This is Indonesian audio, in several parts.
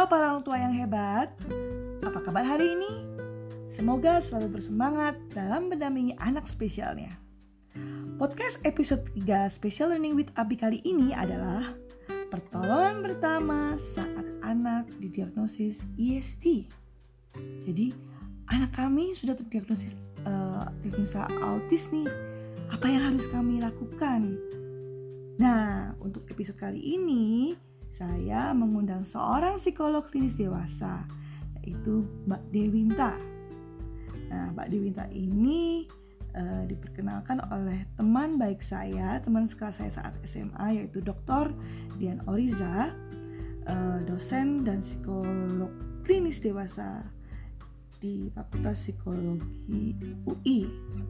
Halo para orang tua yang hebat, apa kabar hari ini? Semoga selalu bersemangat dalam mendampingi anak spesialnya. Podcast episode 3 Special Learning with Abi kali ini adalah pertolongan pertama saat anak didiagnosis IST. Jadi anak kami sudah terdiagnosis diagnosa autis nih. Apa yang harus kami lakukan? Nah, untuk episode kali ini saya mengundang seorang psikolog klinis dewasa, yaitu Mbak Dewinta. Nah, Mbak Dewinta ini diperkenalkan oleh teman baik saya, teman sekelas saya saat SMA, yaitu Dr. Dian Oriza, dosen dan psikolog klinis dewasa di Fakultas Psikologi UI.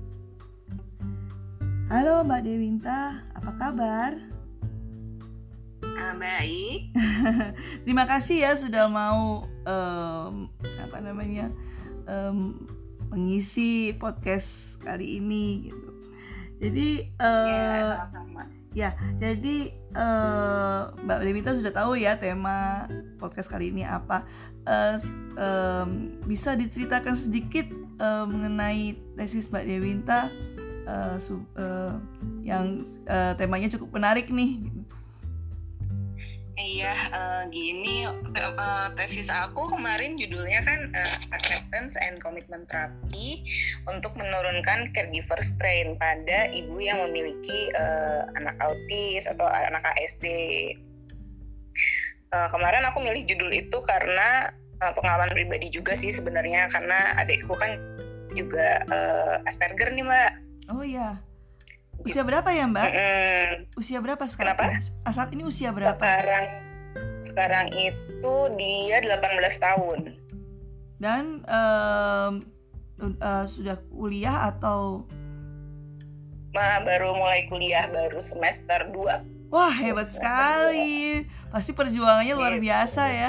Halo Mbak Dewinta, apa kabar? Baik. Terima kasih ya sudah mau mengisi podcast kali ini gitu. Jadi jadi Mbak Dewinta sudah tahu ya tema podcast kali ini apa. Bisa diceritakan sedikit mengenai tesis Mbak Dewinta yang temanya cukup menarik nih. Iya, gini, tesis aku kemarin judulnya kan Acceptance and Commitment Therapy untuk menurunkan caregiver strain pada ibu yang memiliki anak autis atau anak ASD. Kemarin aku milih judul itu karena pengalaman pribadi juga sih sebenarnya, karena adikku kan juga Asperger nih, Mbak. Oh iya. Usia berapa ya Mbak? Usia berapa sekarang? Kenapa? Saat ini usia berapa? Sekarang itu dia 18 tahun. Dan sudah kuliah atau? Baru mulai kuliah, baru semester 2. Wah, hebat sekali. Pasti perjuangannya luar biasa ya.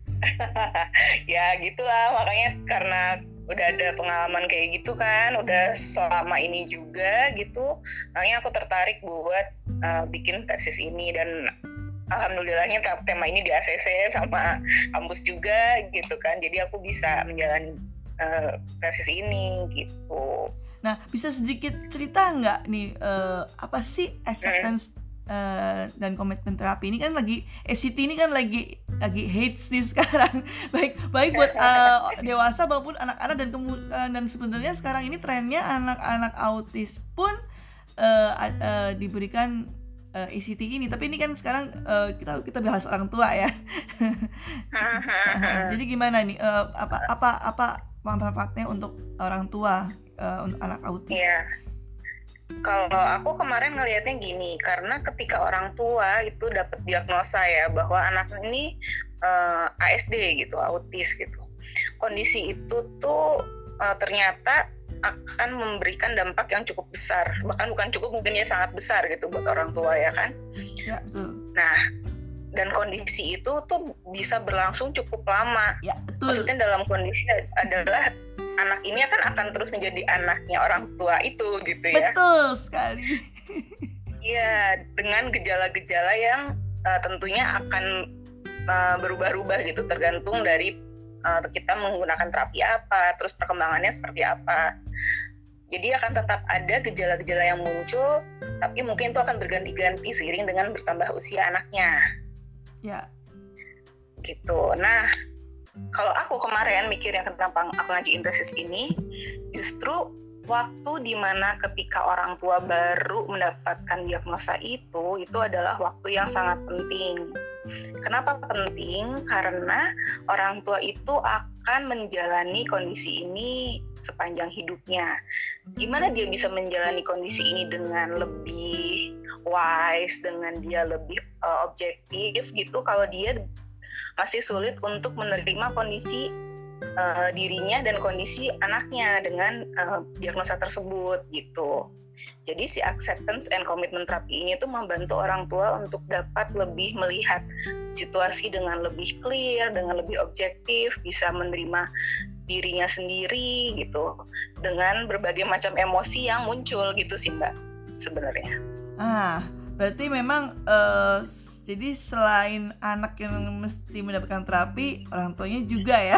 Ya gitulah, makanya karena udah ada pengalaman kayak gitu kan, udah selama ini juga gitu, makanya aku tertarik buat bikin tesis ini. Dan alhamdulillahnya tema ini di ACC sama kampus juga gitu kan, jadi aku bisa menjalani tesis ini gitu. Nah, bisa sedikit cerita nggak nih apa sih acceptance dan komitmen terapi ini kan lagi ACT ini kan lagi hits nih sekarang, baik buat dewasa maupun anak-anak, dan sebenarnya sekarang ini trennya anak-anak autis pun diberikan ACT ini. Tapi ini kan sekarang kita bahas orang tua ya. Jadi gimana nih apa manfaatnya untuk orang tua untuk anak autis? Yeah. Kalau aku kemarin ngelihatnya gini, karena ketika orang tua itu dapat diagnosa ya bahwa anak ini ASD gitu, autis gitu, kondisi itu tuh ternyata akan memberikan dampak yang cukup besar, bahkan bukan cukup, mungkin ya sangat besar gitu buat orang tua ya kan. Ya, betul. Nah, dan kondisi itu tuh bisa berlangsung cukup lama. Ya, betul. Maksudnya dalam kondisi adalah anak ini akan terus menjadi anaknya orang tua itu gitu ya. Betul sekali. Iya, dengan gejala-gejala yang tentunya akan berubah-ubah gitu, tergantung dari kita menggunakan terapi apa, terus perkembangannya seperti apa. Jadi akan tetap ada gejala-gejala yang muncul, tapi mungkin itu akan berganti-ganti seiring dengan bertambah usia anaknya. Ya. Gitu. Nah, kalau aku kemarin mikirnya kenapa aku ngajuin tesis ini, justru waktu dimana ketika orang tua baru mendapatkan diagnosa itu adalah waktu yang sangat penting. Kenapa penting? Karena orang tua itu akan menjalani kondisi ini sepanjang hidupnya. Gimana dia bisa menjalani kondisi ini dengan lebih wise, dengan dia lebih objektif gitu, kalau dia masih sulit untuk menerima kondisi dirinya dan kondisi anaknya dengan diagnosa tersebut gitu. Jadi si acceptance and commitment therapy ini tuh membantu orang tua untuk dapat lebih melihat situasi dengan lebih clear, dengan lebih objektif, bisa menerima dirinya sendiri gitu, dengan berbagai macam emosi yang muncul gitu sih Mbak sebenarnya. Berarti memang Jadi selain anak yang mesti mendapatkan terapi, orang tuanya juga ya.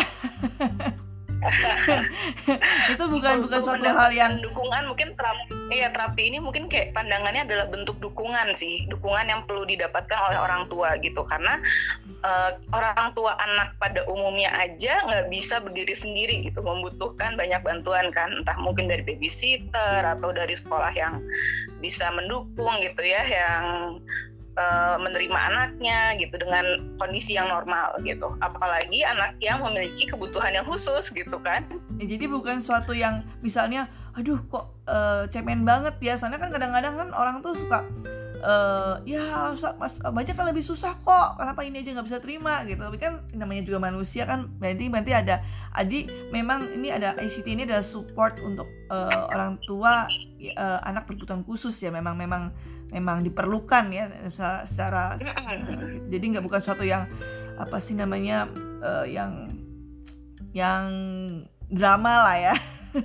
Itu bukan suatu hal yang dukungan. Mungkin terapi ini mungkin kayak pandangannya adalah bentuk dukungan sih, dukungan yang perlu didapatkan oleh orang tua gitu, karena orang tua anak pada umumnya aja nggak bisa berdiri sendiri gitu, membutuhkan banyak bantuan kan, entah mungkin dari babysitter atau dari sekolah yang bisa mendukung gitu ya, yang menerima anaknya gitu dengan kondisi yang normal gitu, apalagi anak yang memiliki kebutuhan yang khusus gitu kan. Jadi bukan suatu yang misalnya aduh kok cemen banget ya, soalnya kan kadang-kadang kan orang tuh suka ya mas banyak kan lebih susah kok, kenapa ini aja nggak bisa terima gitu. Tapi kan namanya juga manusia kan, nanti ada memang ini ada ICT ini adalah support untuk orang tua anak berkebutuhan khusus ya, memang diperlukan ya secara jadi nggak bukan suatu yang apa sih namanya yang drama lah ya.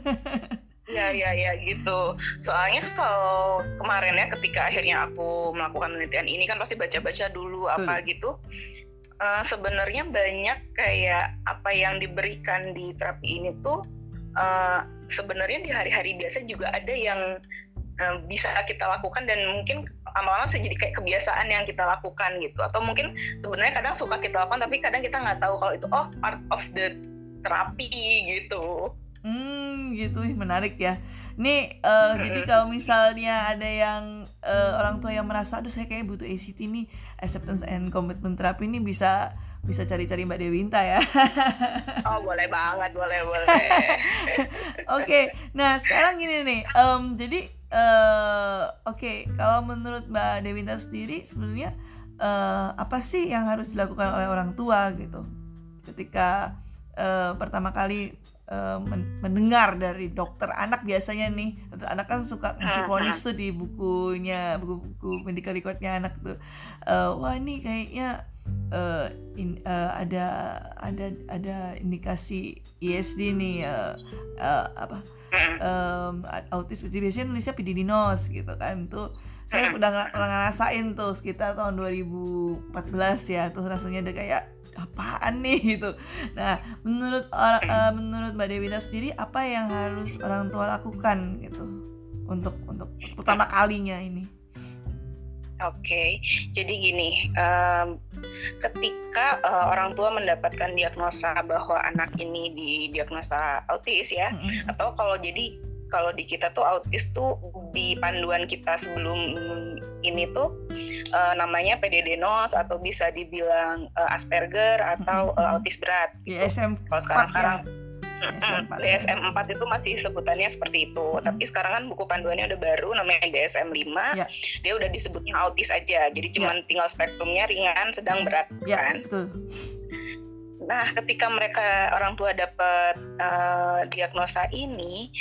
Ya gitu. Soalnya kalau kemarin ya ketika akhirnya aku melakukan penelitian ini kan pasti baca-baca dulu apa gitu. Sebenarnya banyak kayak apa yang diberikan di terapi ini tuh sebenarnya di hari-hari biasa juga ada yang bisa kita lakukan, dan mungkin lama-lama bisa jadi kayak kebiasaan yang kita lakukan gitu. Atau mungkin sebenarnya kadang suka kita lakukan tapi kadang kita nggak tahu kalau itu part of the terapi gitu. Gitu, menarik ya. Nih jadi kalau misalnya ada yang orang tua yang merasa aduh saya kayak butuh ACT nih, acceptance and commitment therapy ini bisa cari-cari Mbak Dewinta ya. Oh boleh banget, boleh. Oke, nah sekarang gini nih, jadi oke, kalau menurut Mbak Dewinta sendiri sebenarnya apa sih yang harus dilakukan oleh orang tua gitu ketika pertama kali mendengar dari dokter anak? Biasanya nih dokter anak kan suka ngasih vonis tuh di buku medical recordnya anak tuh, wah ini kayaknya ada indikasi ISD nih, autis. Biasanya nulisnya PDD-NOS gitu kan. Tuh saya udah ngerasain tuh sekitar tahun 2014 ya, tuh rasanya udah kayak apaan nih gitu. Nah menurut Mbak Dewinta sendiri apa yang harus orang tua lakukan gitu untuk pertama kalinya ini? Oke, jadi gini, ketika orang tua mendapatkan diagnosa bahwa anak ini didiagnosa autis ya, atau kalau di kita tuh autis tuh di panduan kita sebelum ini tuh namanya PDD-NOS atau bisa dibilang Asperger atau autis berat. DSM. Kalau sekarang DSM 4 itu masih sebutannya seperti itu. Tapi sekarang kan buku panduannya udah baru namanya DSM 5. Dia udah disebutnya autis aja. Jadi cuman tinggal spektrumnya ringan, sedang, berat kan. Betul. Nah, ketika orang tua dapat diagnosa ini,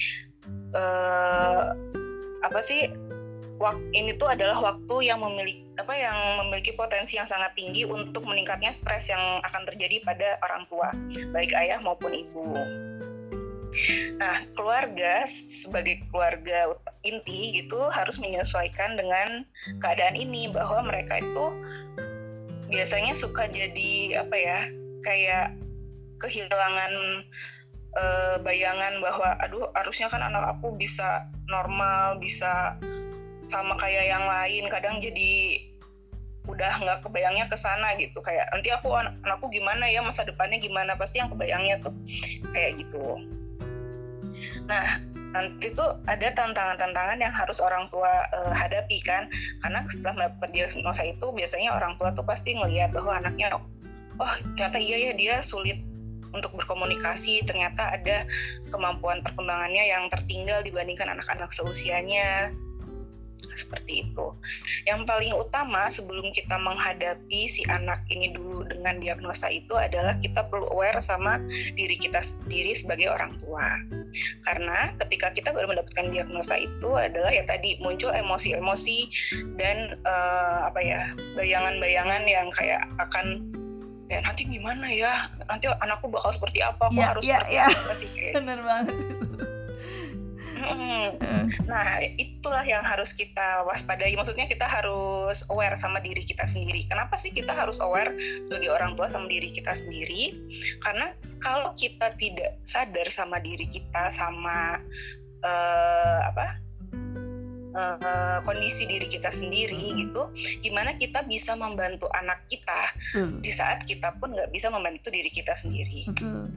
ini tuh adalah waktu yang memiliki potensi yang sangat tinggi untuk meningkatnya stres yang akan terjadi pada orang tua, baik ayah maupun ibu. Nah, keluarga sebagai keluarga inti gitu harus menyesuaikan dengan keadaan ini, bahwa mereka itu biasanya suka jadi kayak kehilangan bayangan bahwa aduh harusnya kan anak aku bisa normal, bisa sama kayak yang lain. Kadang jadi udah nggak kebayangnya ke sana gitu, kayak nanti anakku gimana ya, masa depannya gimana, pasti yang kebayangnya tuh kayak gitu. Nah nanti tuh ada tantangan-tantangan yang harus orang tua hadapi kan, karena setelah mendapat diagnosa itu biasanya orang tua tuh pasti ngelihat bahwa anaknya ternyata iya ya dia sulit untuk berkomunikasi, ternyata ada kemampuan perkembangannya yang tertinggal dibandingkan anak-anak seusianya. Seperti itu. Yang paling utama sebelum kita menghadapi si anak ini dulu dengan diagnosa itu adalah kita perlu aware sama diri kita sendiri sebagai orang tua. Karena ketika kita baru mendapatkan diagnosa itu adalah ya tadi muncul emosi-emosi dan bayangan-bayangan yang kayak akan kayak nanti gimana ya, nanti anakku bakal seperti apa, aku harus seperti apa sih kayak. Bener banget. Nah, itulah yang harus kita waspadai. Maksudnya kita harus aware sama diri kita sendiri. Kenapa sih kita harus aware sebagai orang tua sama diri kita sendiri? Karena kalau kita tidak sadar sama diri kita, sama kondisi diri kita sendiri gitu, gimana kita bisa membantu anak kita di saat kita pun nggak bisa membantu diri kita sendiri.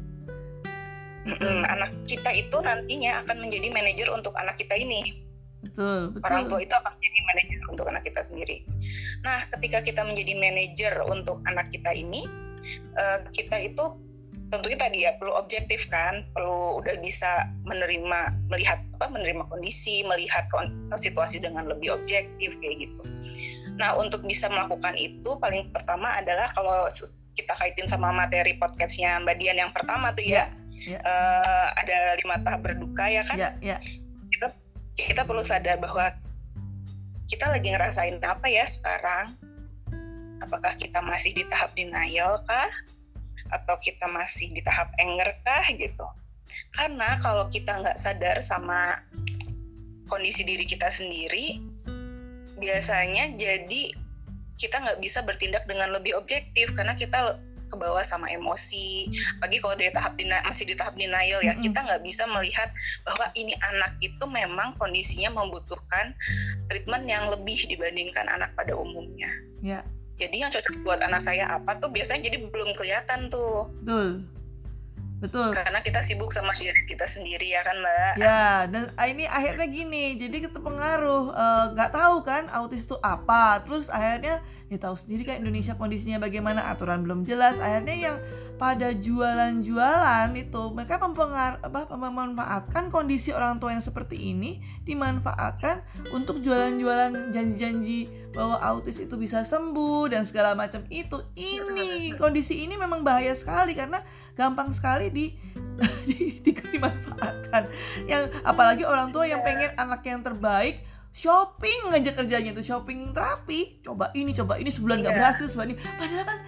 Anak kita itu nantinya akan menjadi manajer untuk anak kita ini. Betul. Orang tua itu akan menjadi manajer untuk anak kita sendiri. Nah, ketika kita menjadi manajer untuk anak kita ini, kita itu tentunya tadi ya perlu objektif kan, perlu udah bisa melihat kondisi, melihat situasi dengan lebih objektif kayak gitu. Nah, untuk bisa melakukan itu paling pertama adalah kalau kita kaitin sama materi podcastnya Mbak Dian yang pertama tuh ya. Ada 5 tahap berduka ya kan. Kita perlu sadar bahwa kita lagi ngerasain apa ya sekarang. Apakah kita masih di tahap denial kah, atau kita masih di tahap anger kah gitu. Karena kalau kita nggak sadar sama kondisi diri kita sendiri, biasanya jadi kita nggak bisa bertindak dengan lebih objektif karena kita kebawa sama emosi. Apalagi kalau masih di tahap denial ya, kita nggak bisa melihat bahwa ini anak itu memang kondisinya membutuhkan treatment yang lebih dibandingkan anak pada umumnya. Jadi yang cocok buat anak saya apa tuh biasanya jadi belum kelihatan tuh. Betul. Karena kita sibuk sama diri kita sendiri ya kan Mbak. Ya, dan ini akhirnya gini, jadi terpengaruh, nggak tahu kan autis itu apa. Terus akhirnya dia tahu sendiri kan Indonesia kondisinya bagaimana, aturan belum jelas. Akhirnya yang pada jualan-jualan itu mereka memanfaatkan kondisi orang tua yang seperti ini, dimanfaatkan untuk jualan-jualan janji-janji bahwa autis itu bisa sembuh dan segala macam itu. Ini kondisi ini memang bahaya sekali karena gampang sekali dimanfaatkan. Yang apalagi orang tua yang pengen anak yang terbaik, shopping aja kerjanya tuh, shopping terapi, coba ini sebulan nggak berhasil, sebulan ini. Padahal kan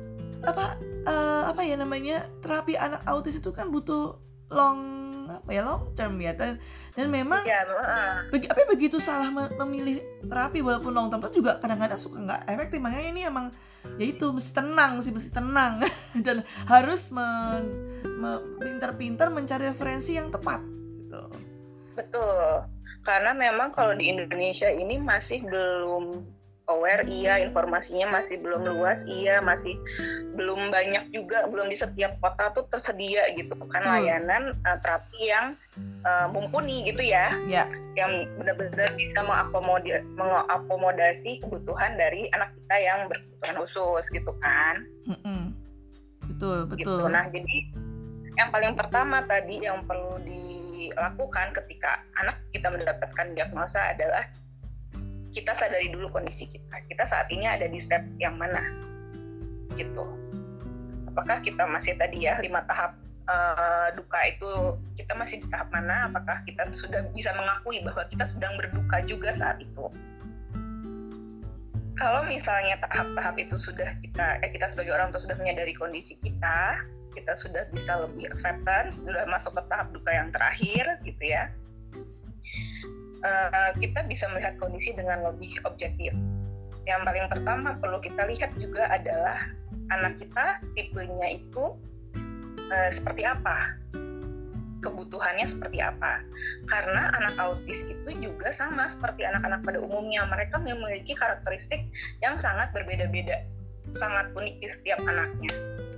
apa ya namanya, terapi anak autis itu kan butuh long term ya, dan memang begitu salah memilih terapi walaupun long term itu juga kadang-kadang suka nggak efektif. Makanya ini emang ya itu mesti tenang dan harus pintar-pintar mencari referensi yang tepat gitu. Betul, karena memang kalau di Indonesia ini masih belum aware, iya, informasinya masih belum luas, iya, masih belum banyak juga, belum di setiap kota tuh tersedia gitu kan layanan terapi yang mumpuni gitu ya, yang benar-benar bisa mengakomodasi kebutuhan dari anak kita yang berkebutuhan khusus gitu kan. Betul. Gitu. Nah, jadi yang paling pertama tadi yang perlu dilakukan ketika anak kita mendapatkan diagnosa adalah kita sadari dulu kondisi kita. Kita saat ini ada di step yang mana gitu. Apakah kita masih tadi ya 5 tahap duka itu, kita masih di tahap mana? Apakah kita sudah bisa mengakui bahwa kita sedang berduka juga saat itu? Kalau misalnya tahap-tahap itu sudah kita sebagai orang tua sudah menyadari kondisi kita sudah bisa lebih acceptance, sudah masuk ke tahap duka yang terakhir gitu ya. Kita bisa melihat kondisi dengan lebih objektif. Yang paling pertama perlu kita lihat juga adalah anak kita tipenya itu seperti apa, kebutuhannya seperti apa. Karena anak autis itu juga sama seperti anak-anak pada umumnya, mereka memiliki karakteristik yang sangat berbeda-beda, sangat unik di setiap anaknya.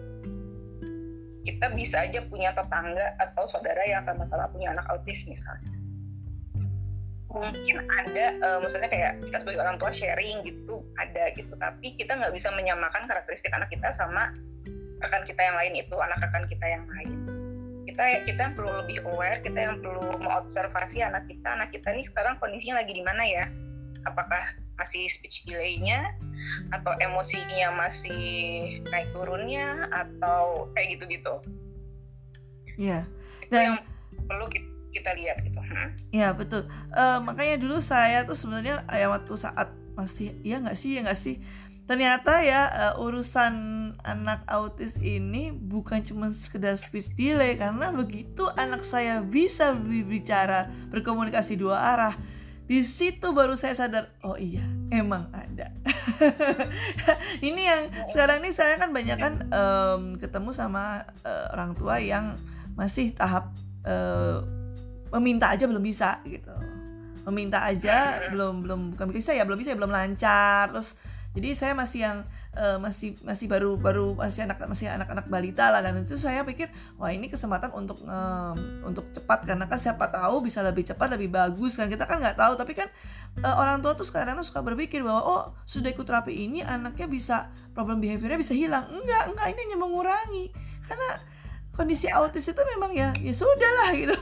Kita bisa aja punya tetangga atau saudara yang sama-sama punya anak autis misalnya. Mungkin ada, maksudnya kayak kita sebagai orang tua sharing gitu, ada gitu, tapi kita nggak bisa menyamakan karakteristik anak kita sama rekan kita yang lain itu, anak rekan kita yang lain. Kita yang perlu lebih aware, kita yang perlu mengobservasi anak kita ini sekarang kondisinya lagi di mana ya? Apakah masih speech delay-nya, atau emosinya masih naik turunnya, atau kayak gitu-gitu. Iya. Itu yang perlu kita lihat gitu. Ya betul. Makanya dulu saya tuh sebenarnya waktu saat masih ya nggak sih ternyata ya urusan anak autis ini bukan cuma sekedar speech delay, karena begitu anak saya bisa berbicara, berkomunikasi dua arah, di situ baru saya sadar, oh iya emang ada. Ini yang sekarang ini saya kan banyak kan ketemu sama orang tua yang masih tahap meminta aja belum bisa gitu, meminta aja belum bukan bisa ya, belum bisa ya, belum lancar. Terus jadi saya masih yang masih baru masih anak-anak balita lah, dan itu saya pikir wah ini kesempatan untuk cepat, karena kan siapa tahu bisa lebih cepat lebih bagus kan, kita kan nggak tahu. Tapi kan orang tua tuh sekarang suka berpikir bahwa oh sudah ikut terapi ini anaknya bisa, problem behaviornya bisa hilang. Enggak, ini hanya mengurangi, karena kondisi autis itu memang ya sudah lah gitu.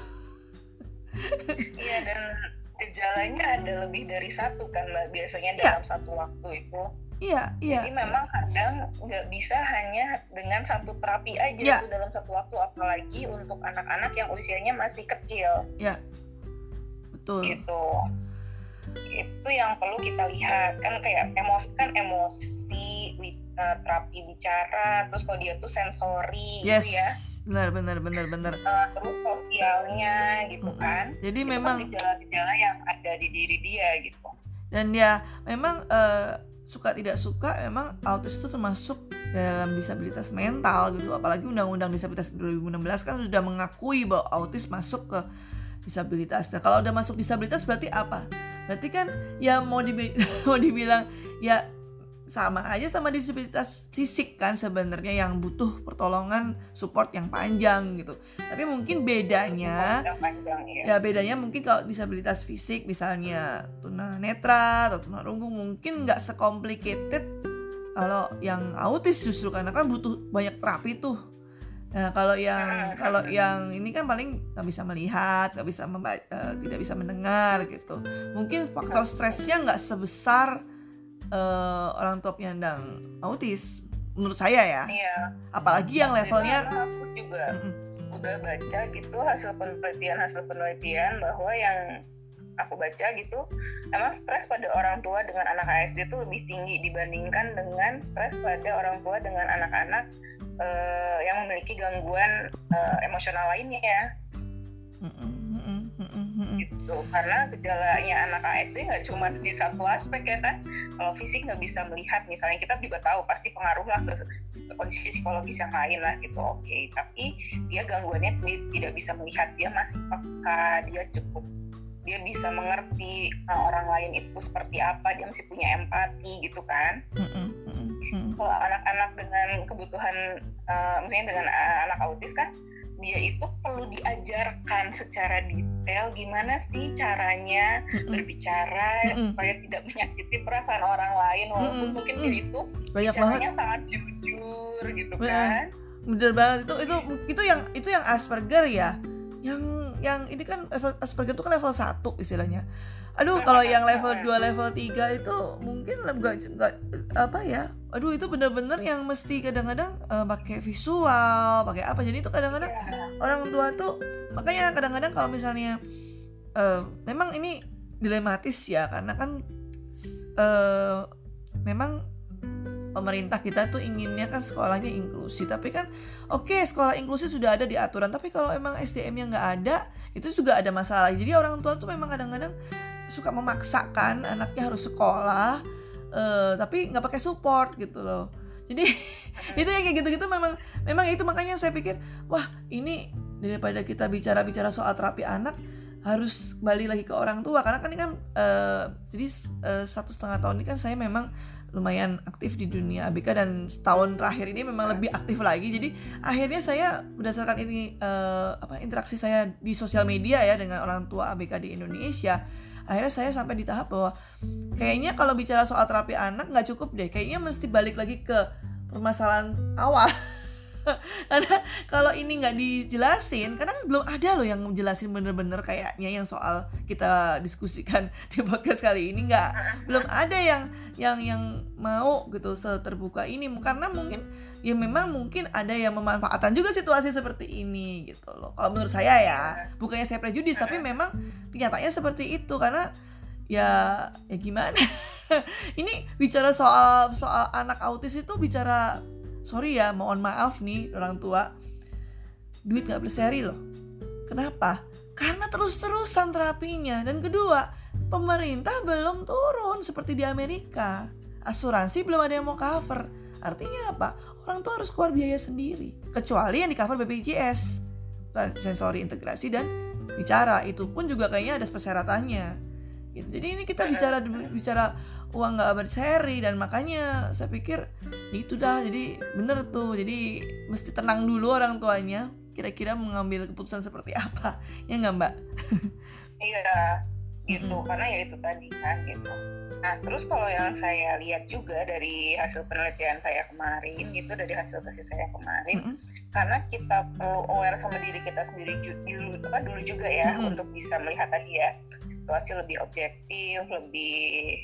Iya, dan gejalanya ada lebih dari satu kan Mbak, biasanya dalam satu waktu itu. Iya. Jadi memang kadang nggak bisa hanya dengan satu terapi aja itu dalam satu waktu, apalagi untuk anak-anak yang usianya masih kecil. Iya, betul. Gitu. Itu yang perlu kita lihat kan, kayak emosi, terapi bicara, terus kalau dia tuh sensori gitu ya. Benar. Terus sosialnya gitu kan. Jadi itu memang kan gejala-gejala yang ada di diri dia gitu. Dan ya memang suka tidak suka memang autis itu termasuk dalam disabilitas mental gitu. Apalagi Undang-Undang Disabilitas 2016 kan sudah mengakui bahwa autis masuk ke disabilitas. Nah, kalau udah masuk disabilitas berarti apa? Berarti kan ya mau dibilang ya sama aja sama disabilitas fisik kan sebenarnya, yang butuh pertolongan support yang panjang gitu. Tapi mungkin bedanya bedanya mungkin kalau disabilitas fisik misalnya tunanetra atau tunarunggu mungkin nggak sekomplikated kalau yang autis, justru karena kan butuh banyak terapi tuh. Nah kalau yang ini kan paling nggak bisa melihat, nggak bisa tidak bisa mendengar gitu. Mungkin faktor stresnya nggak sebesar orang tua penyandang autis menurut saya ya. Iya. Apalagi yang levelnya. Aku juga udah baca gitu hasil penelitian bahwa yang aku baca gitu, emang stres pada orang tua dengan anak ASD itu lebih tinggi dibandingkan dengan stres pada orang tua dengan anak-anak yang memiliki gangguan emosional lainnya ya. Gitu. Karena gejalanya anak ASD nggak cuma di satu aspek ya kan. Kalau fisik nggak bisa melihat misalnya, kita juga tahu pasti pengaruh lah ke kondisi psikologis yang lain lah gitu. Oke, tapi dia gangguannya tidak bisa melihat, dia masih peka, dia bisa mengerti orang lain itu seperti apa, dia masih punya empati gitu kan. Kalau anak-anak dengan kebutuhan misalnya dengan anak autis kan, dia itu perlu diajarkan secara detail gimana sih caranya berbicara supaya tidak menyakiti perasaan orang lain, walaupun mungkin dia itu bicaranya sangat jujur gitu kan. Bener banget, itu yang Asperger ya. Yang ini kan Asperger itu kan level 1 istilahnya. Aduh, kalau yang level 2, level 3 itu mungkin enggak apa ya. Aduh, itu benar-benar yang mesti kadang-kadang pakai visual, pakai apa. Jadi itu kadang-kadang orang tua tuh, makanya kadang-kadang kalau misalnya memang ini dilematis ya, karena kan memang pemerintah kita tuh inginnya kan sekolahnya inklusi, tapi kan sekolah inklusi sudah ada di aturan, tapi kalau emang SDM-nya nggak ada, itu juga ada masalah. Jadi orang tua tuh memang kadang-kadang suka memaksakan anaknya harus sekolah, tapi nggak pakai support gitu loh. Jadi itu yang kayak gitu-gitu memang itu, makanya saya pikir wah ini daripada kita bicara soal terapi anak harus balik lagi ke orang tua, karena kan ini kan jadi 1,5 tahun ini kan saya memang lumayan aktif di dunia ABK, dan setahun terakhir ini memang lebih aktif lagi. Jadi akhirnya saya berdasarkan ini interaksi saya di sosial media ya dengan orang tua ABK di Indonesia, akhirnya saya sampai di tahap bahwa kayaknya kalau bicara soal terapi anak nggak cukup deh, kayaknya mesti balik lagi ke permasalahan awal. Karena kalau ini nggak dijelasin, karena belum ada loh yang jelasin bener-bener kayaknya yang soal kita diskusikan di podcast kali ini, belum ada yang mau gitu seterbuka ini, karena mungkin ya memang mungkin ada yang memanfaatkan juga situasi seperti ini gitu loh. Kalau menurut saya ya, bukannya saya prejudis, tapi memang kenyataannya seperti itu, karena ya gimana. Ini bicara soal anak autis itu bicara, sorry ya, mohon maaf nih orang tua, duit gak berseri loh. Kenapa? Karena terus-terusan terapinya. Dan kedua, pemerintah belum turun seperti di Amerika. Asuransi belum ada yang mau cover. Artinya apa? Orang tua harus keluar biaya sendiri. Kecuali yang di cover BPJS, sensori integrasi dan bicara. Itu pun juga kayaknya ada persyaratannya gitu. Jadi ini kita bicara uang gak berseri. Dan makanya saya pikir itu dah, jadi bener tuh. Jadi mesti tenang dulu orang tuanya, kira-kira mengambil keputusan seperti apa, ya nggak Mbak? Iya gitu, karena ya itu tadi kan gitu. Nah terus kalau yang saya lihat juga dari hasil penelitian saya kemarin gitu, dari hasil tesis saya kemarin, karena kita perlu aware sama diri kita sendiri dulu juga ya, untuk bisa melihat tadi ya situasi lebih objektif, lebih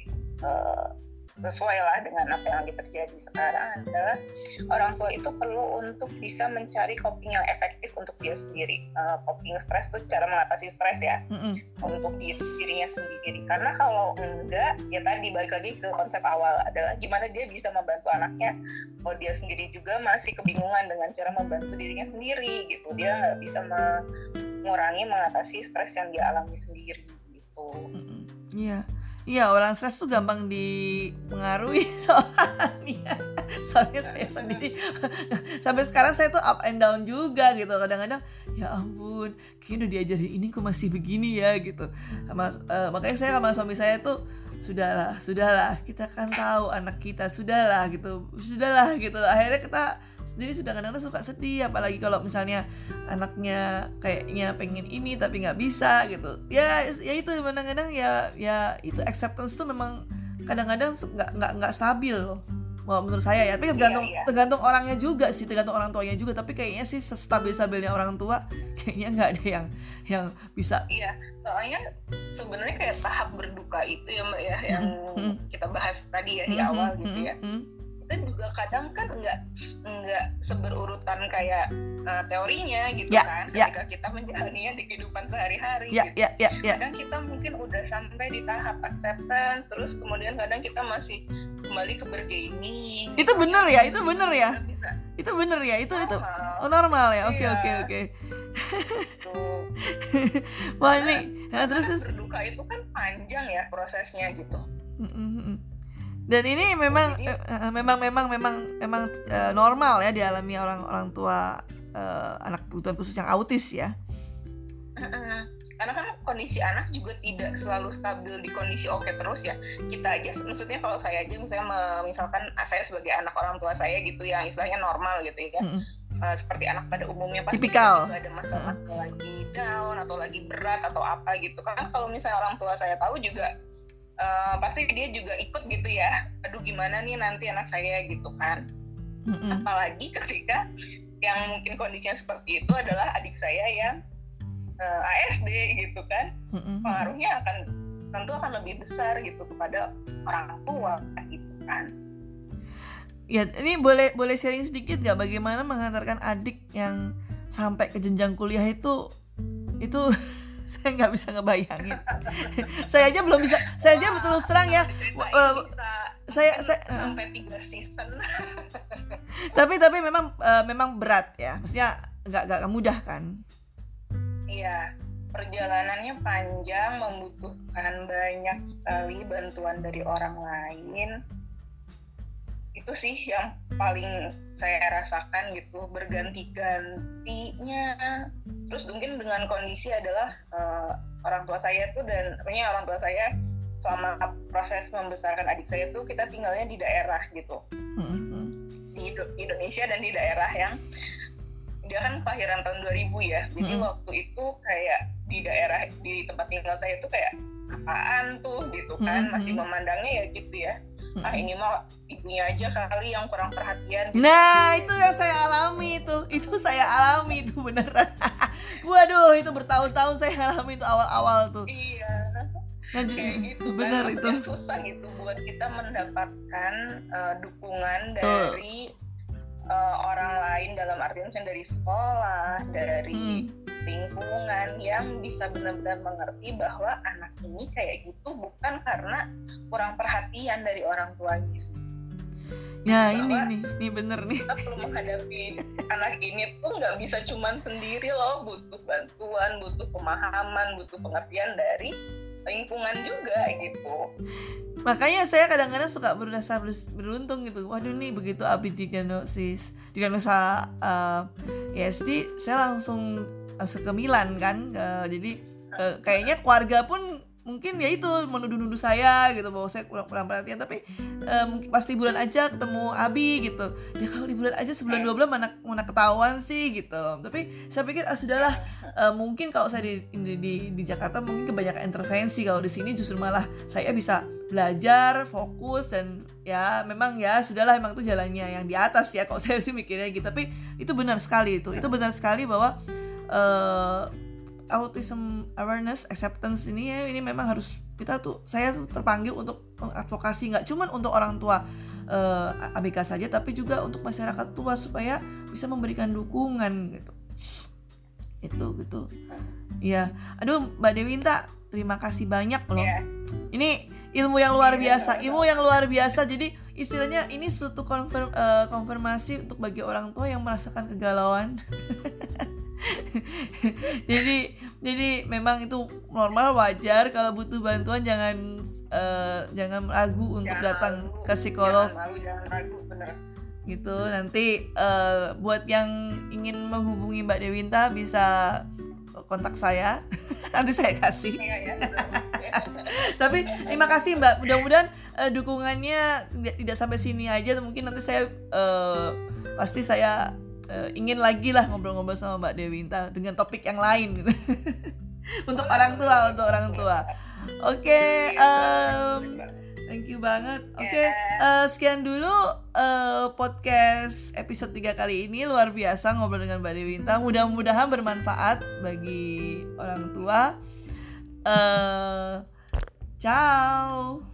sesuai lah dengan apa yang lagi terjadi sekarang, adalah orang tua itu perlu untuk bisa mencari coping yang efektif untuk dia sendiri. Coping stres itu cara mengatasi stres ya, untuk dirinya sendiri. Karena kalau enggak, ya tadi balik lagi ke konsep awal, adalah gimana dia bisa membantu anaknya kalau dia sendiri juga masih kebingungan dengan cara membantu dirinya sendiri gitu. Dia nggak bisa mengatasi stres yang dia alami sendiri gitu. Iya. Iya, orang stres tuh gampang dipengaruhi soalnya saya sendiri sampai sekarang saya tuh up and down juga gitu. Kadang-kadang ya ampun, kayaknya udah diajarin ini kok masih begini ya gitu. Makanya saya sama suami saya tuh sudahlah, kita kan tahu anak kita, sudahlah gitu. Akhirnya kita sendiri sudah kadang-kadang suka sedih, apalagi kalau misalnya anaknya kayaknya pengen ini tapi nggak bisa gitu. Ya itu kadang-kadang ya itu acceptance tuh memang kadang-kadang nggak stabil loh. Menurut saya ya, tapi tergantung orangnya juga sih, tergantung orang tuanya juga. Tapi kayaknya sih stabilnya orang tua kayaknya nggak ada yang bisa. Iya, soalnya sebenarnya kayak tahap berduka itu ya Mbak ya, yang kita bahas tadi ya di awal gitu ya. Kita juga kadang kan nggak seberurutan kayak teorinya gitu kan, ketika kita menjalaninya di kehidupan sehari-hari gitu. Kadang kita mungkin udah sampai di tahap acceptance, terus kemudian kadang kita masih kembali ke bergaining. Itu bener ya, itu normal ya. Oke. Wah ini terus berduka itu kan panjang ya prosesnya gitu. Dan ini memang normal ya dialami orang tua anak kebutuhan khusus yang autis ya. Karena kan kondisi anak juga tidak selalu stabil di kondisi oke terus ya. Kita aja, maksudnya kalau saya aja misalkan saya sebagai anak orang tua saya gitu yang istilahnya normal gitu ya. Seperti anak pada umumnya pasti tipikal ada masalah lagi down atau lagi berat atau apa gitu. Karena kalau misalnya orang tua saya tahu juga pasti dia juga ikut gitu ya, aduh gimana nih nanti anak saya gitu kan. Apalagi ketika yang mungkin kondisinya seperti itu adalah adik saya yang ASD gitu kan, pengaruhnya tentu akan lebih besar gitu kepada orang tua gitu kan. Ya ini boleh sharing sedikit gak bagaimana menghantarkan adik yang sampai ke jenjang kuliah itu saya nggak bisa ngebayangin. Saya aja belum bisa. Saya aja betul terang ya. Saya sampai 3 season. Tapi memang berat ya. Maksudnya nggak mudah kan? Iya. Perjalanannya panjang, membutuhkan banyak sekali bantuan dari orang lain. Itu sih yang paling saya rasakan gitu, berganti-gantinya. Terus mungkin dengan kondisi adalah orang tua saya tuh, dan orang tua saya selama proses membesarkan adik saya tuh kita tinggalnya di daerah gitu, di Indonesia dan di daerah yang dia kan kelahiran tahun 2000 ya. Jadi waktu itu kayak di tempat tinggal saya tuh kayak apaan tuh gitu kan, masih memandangnya ya gitu ya. Ini mah ibunya aja kali yang kurang perhatian gitu. Nah itu yang saya alami itu beneran. Waduh, itu bertahun-tahun saya alami itu awal-awal tuh. Iya. Nah, kayak gitu bener kan, itu susah gitu buat kita mendapatkan dukungan dari orang lain, dalam artian misalnya dari sekolah, dari lingkungan, yang bisa benar-benar mengerti bahwa anak ini kayak gitu bukan karena kurang perhatian dari orang tuanya. Ya Bahwa ini bener nih. Kita perlu menghadapi anak ini tuh nggak bisa cuman sendiri loh, butuh bantuan, butuh pemahaman, butuh pengertian dari lingkungan juga gitu. Makanya saya kadang-kadang suka berasa beruntung gitu. Waduh nih, begitu Abi diagnosa ASD, saya langsung ke Milan kan. Jadi kayaknya keluarga pun mungkin ya itu menuduh-nuduh saya gitu bahwa saya kurang perhatian, tapi mungkin pas liburan aja ketemu Abi gitu. Ya kalau liburan aja sebulan 2 bulan mana ketahuan sih gitu. Tapi saya pikir sudahlah, mungkin kalau saya di Jakarta mungkin kebanyakan intervensi, kalau di sini justru malah saya bisa belajar, fokus, dan ya memang ya sudahlah, emang itu jalannya yang di atas ya, kalau saya sih mikirnya gitu. Tapi itu benar sekali, itu benar sekali bahwa autism awareness acceptance ini memang harus saya terpanggil untuk mengadvokasi, nggak cuma untuk orang tua ABK saja, tapi juga untuk masyarakat tua supaya bisa memberikan dukungan gitu. Gitu ya. Aduh Mbak Dewinta, terima kasih banyak loh. Ini ilmu yang luar biasa. Jadi istilahnya ini suatu konfirmasi untuk bagi orang tua yang merasakan kegalauan. jadi memang itu normal, wajar. Kalau butuh bantuan jangan ragu untuk datang ke psikolog. Jangan ragu, bener. Gitu. Nanti buat yang ingin menghubungi Mbak Dewinta bisa kontak saya. Nanti saya kasih. Tapi terima kasih Mbak. Mudah-mudahan dukungannya tidak sampai sini aja. Mungkin nanti saya pasti saya ingin lagi lah ngobrol-ngobrol sama Mbak Dewinta dengan topik yang lain gitu. untuk orang tua. Oke, thank you banget. Oke, sekian dulu podcast episode 3 kali ini. Luar biasa ngobrol dengan Mbak Dewinta. Mudah-mudahan bermanfaat bagi orang tua. Ciao.